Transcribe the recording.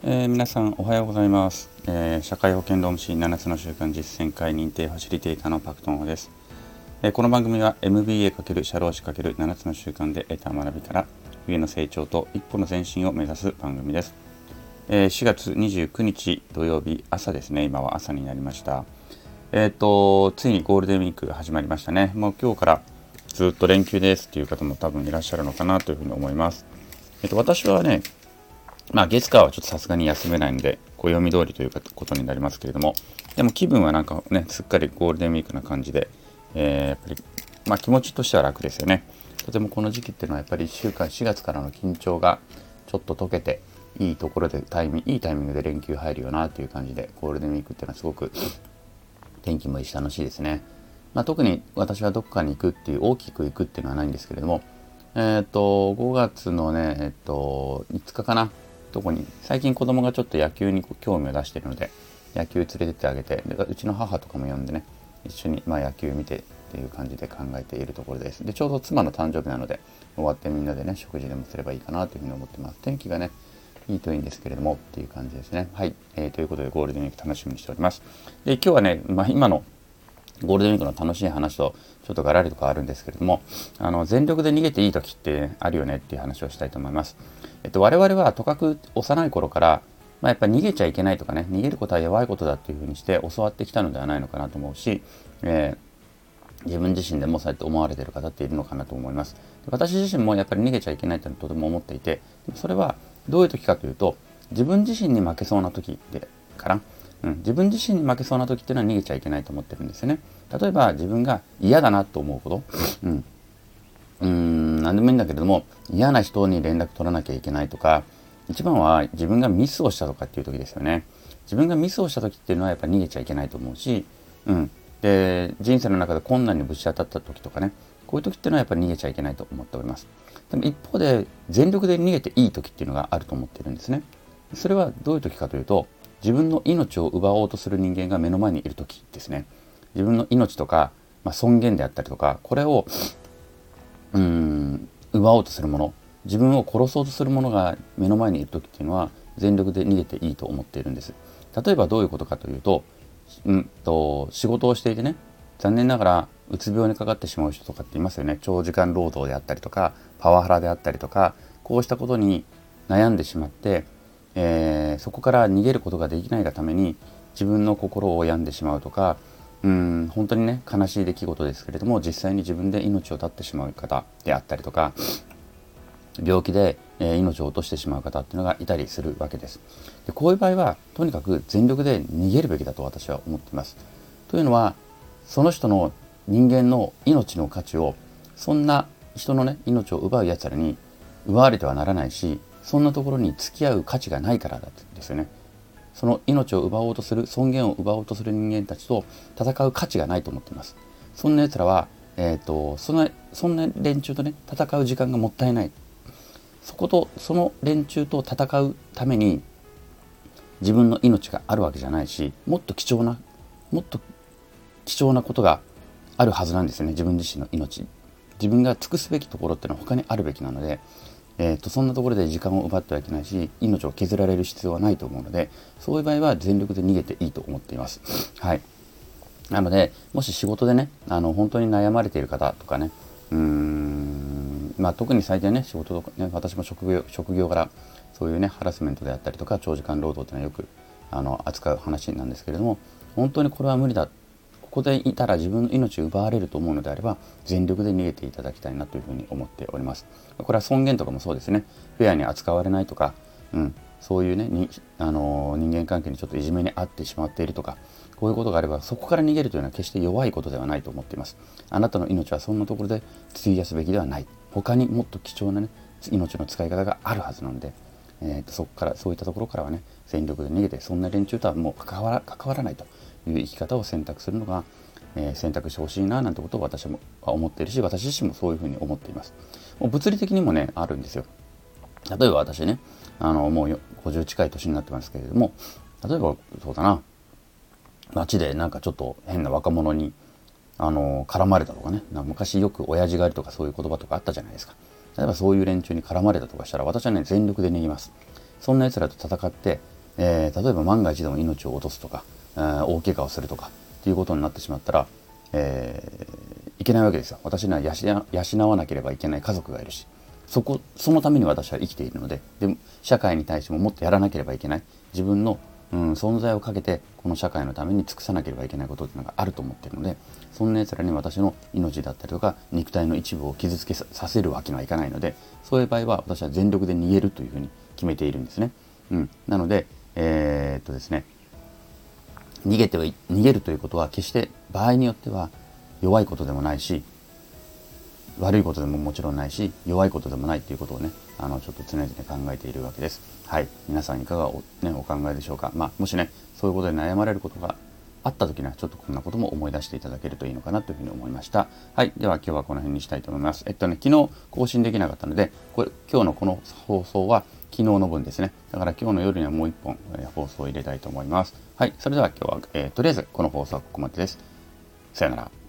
皆さんおはようございます。社会保険労務士7つの習慣実践会認定ファシリテーターのパクトンホです。この番組は MBA× 社労士 ×7 つの習慣で得た学びから冬の成長と一歩の前進を目指す番組です。4月29日土曜日朝ですね。今は朝になりました。ついにゴールデンウィークが始まりましたね。もう今日からずっと連休ですっていう方も多分いらっしゃるのかなというふうに思います。私はね、月火はちょっとさすがに休めないので暦通りということになりますけれども、でも気分はなんかね、すっかりゴールデンウィークな感じで、やっぱり気持ちとしては楽ですよね。とてもこの時期っていうのはやっぱり1週間4月からの緊張がちょっと解けて、いいところでいいタイミングで連休入るよなという感じで、ゴールデンウィークっていうのはすごく天気もいいし楽しいですね。特に私はどこかに行くっていう、大きく行くっていうのはないんですけれども、5月のね、5日かな、とこに最近子供がちょっと野球に興味を出しているので、野球連れてってあげて、でうちの母とかも呼んでね、一緒に野球見てっていう感じで考えているところです。でちょうど妻の誕生日なので、終わってみんなでね、食事でもすればいいかなというふうに思ってます。天気がねいいといいんですけれどもっていう感じですね。はい、ということでゴールデンウィーク楽しみにしております。で今日はね、今のゴールデンウィークの楽しい話とちょっとガラリと変わるんですけれども、全力で逃げていい時ってあるよねっていう話をしたいと思います。我々はとかく幼い頃から、やっぱり逃げちゃいけないとかね、逃げることは弱いことだっていうふうにして教わってきたのではないのかなと思うし、自分自身でもそうやって思われている方っているのかなと思います。私自身もやっぱり逃げちゃいけないというのはとても思っていて、それはどういう時かというと、自分自身に負けそうな時でかな。自分自身に負けそうな時っていうのは逃げちゃいけないと思ってるんですよね。例えば自分が嫌だなと思うこと、何でもいいんだけれども、嫌な人に連絡取らなきゃいけないとか、一番は自分がミスをしたとかっていう時ですよね。自分がミスをした時っていうのはやっぱり逃げちゃいけないと思うし、で人生の中で困難にぶち当たった時とかね、こういう時っていうのはやっぱり逃げちゃいけないと思っております。でも一方で全力で逃げていい時っていうのがあると思っているんですね。それはどういう時かというと、自分の命を奪おうとする人間が目の前にいる時ですね。自分の命とか、尊厳であったりとか、これを奪おうとするもの、自分を殺そうとするものが目の前にいる時っていうのは全力で逃げていいと思っているんです。例えばどういうことかというと、仕事をしていてね、残念ながらうつ病にかかってしまう人とかっていますよね。長時間労働であったりとか、パワハラであったりとか、こうしたことに悩んでしまって、そこから逃げることができないがために自分の心を病んでしまうとか、本当にね悲しい出来事ですけれども、実際に自分で命を絶ってしまう方であったりとか、病気で、命を落としてしまう方っていうのがいたりするわけです。でこういう場合はとにかく全力で逃げるべきだと私は思っています。というのは、その人の人間の命の価値を、そんな人のね命を奪うやつらに奪われてはならないし、そんなところに付き合う価値がないからだですよね。その命を奪おうとする、尊厳を奪おうとする人間たちと戦う価値がないと思っています。そんな奴らは、そんな連中とね戦う時間がもったいない。その連中と戦うために自分の命があるわけじゃないし、もっと貴重なことがあるはずなんですよね。自分自身の命、自分が尽くすべきところっていうのは他にあるべきなので、そんなところで時間を奪ってはいけないし、命を削られる必要はないと思うので、そういう場合は全力で逃げていいと思っています。はい。なので、もし仕事でね、本当に悩まれている方とかね、特に最近はね、仕事とかね、私も職業柄そういうねハラスメントであったりとか長時間労働というのはよく扱う話なんですけれども、本当にこれは無理だ、ここでいたら自分の命を奪われると思うのであれば、全力で逃げていただきたいなというふうに思っております。これは尊厳とかもそうですね。フェアに扱われないとか、そういうね人間関係にちょっといじめに遭ってしまっているとか、こういうことがあれば、そこから逃げるというのは決して弱いことではないと思っています。あなたの命はそんなところで費やすべきではない。他にもっと貴重なね命の使い方があるはずなので、そういったところからはね全力で逃げて、そんな連中とはもう関わらないという生き方を選択するのが、選択してほしいななんてことを私も思っているし、私自身もそういうふうに思っています。もう物理的にもねあるんですよ。例えば私ね、もう50近い年になってますけれども、例えばそうだな、街でなんかちょっと変な若者に絡まれたとかね、昔よく親父狩りとかそういう言葉とかあったじゃないですか。例えばそういう連中に絡まれたとかしたら、私はね全力で逃げます。そんな奴らと戦って例えば万が一でも命を落とすとか、大怪我をするとかっていうことになってしまったら、いけないわけですよ。私には養わなければいけない家族がいるし、そのために私は生きているので、社会に対してももっとやらなければいけない、自分の、存在をかけてこの社会のために尽くさなければいけないことっていうのがあると思っているので、そんな奴らに私の命だったりとか肉体の一部を傷つけさせるわけにはいかないので、そういう場合は私は全力で逃げるというふうに決めているんですね。なのでですね、逃げるということは決して場合によっては弱いことでもないし、悪いことでももちろんないし、弱いことでもないということをね、ちょっと常々考えているわけです。はい、皆さんいかがお考えでしょうか。もしね、そういうことで悩まれることがあった時には、ちょっとこんなことも思い出していただけるといいのかなというふうに思いました。はい、では今日はこの辺にしたいと思います。昨日更新できなかったので、今日のこの放送は昨日の分ですね。だから今日の夜にはもう一本、放送を入れたいと思います。はい、それでは今日は、とりあえずこの放送はここまでです。さよなら。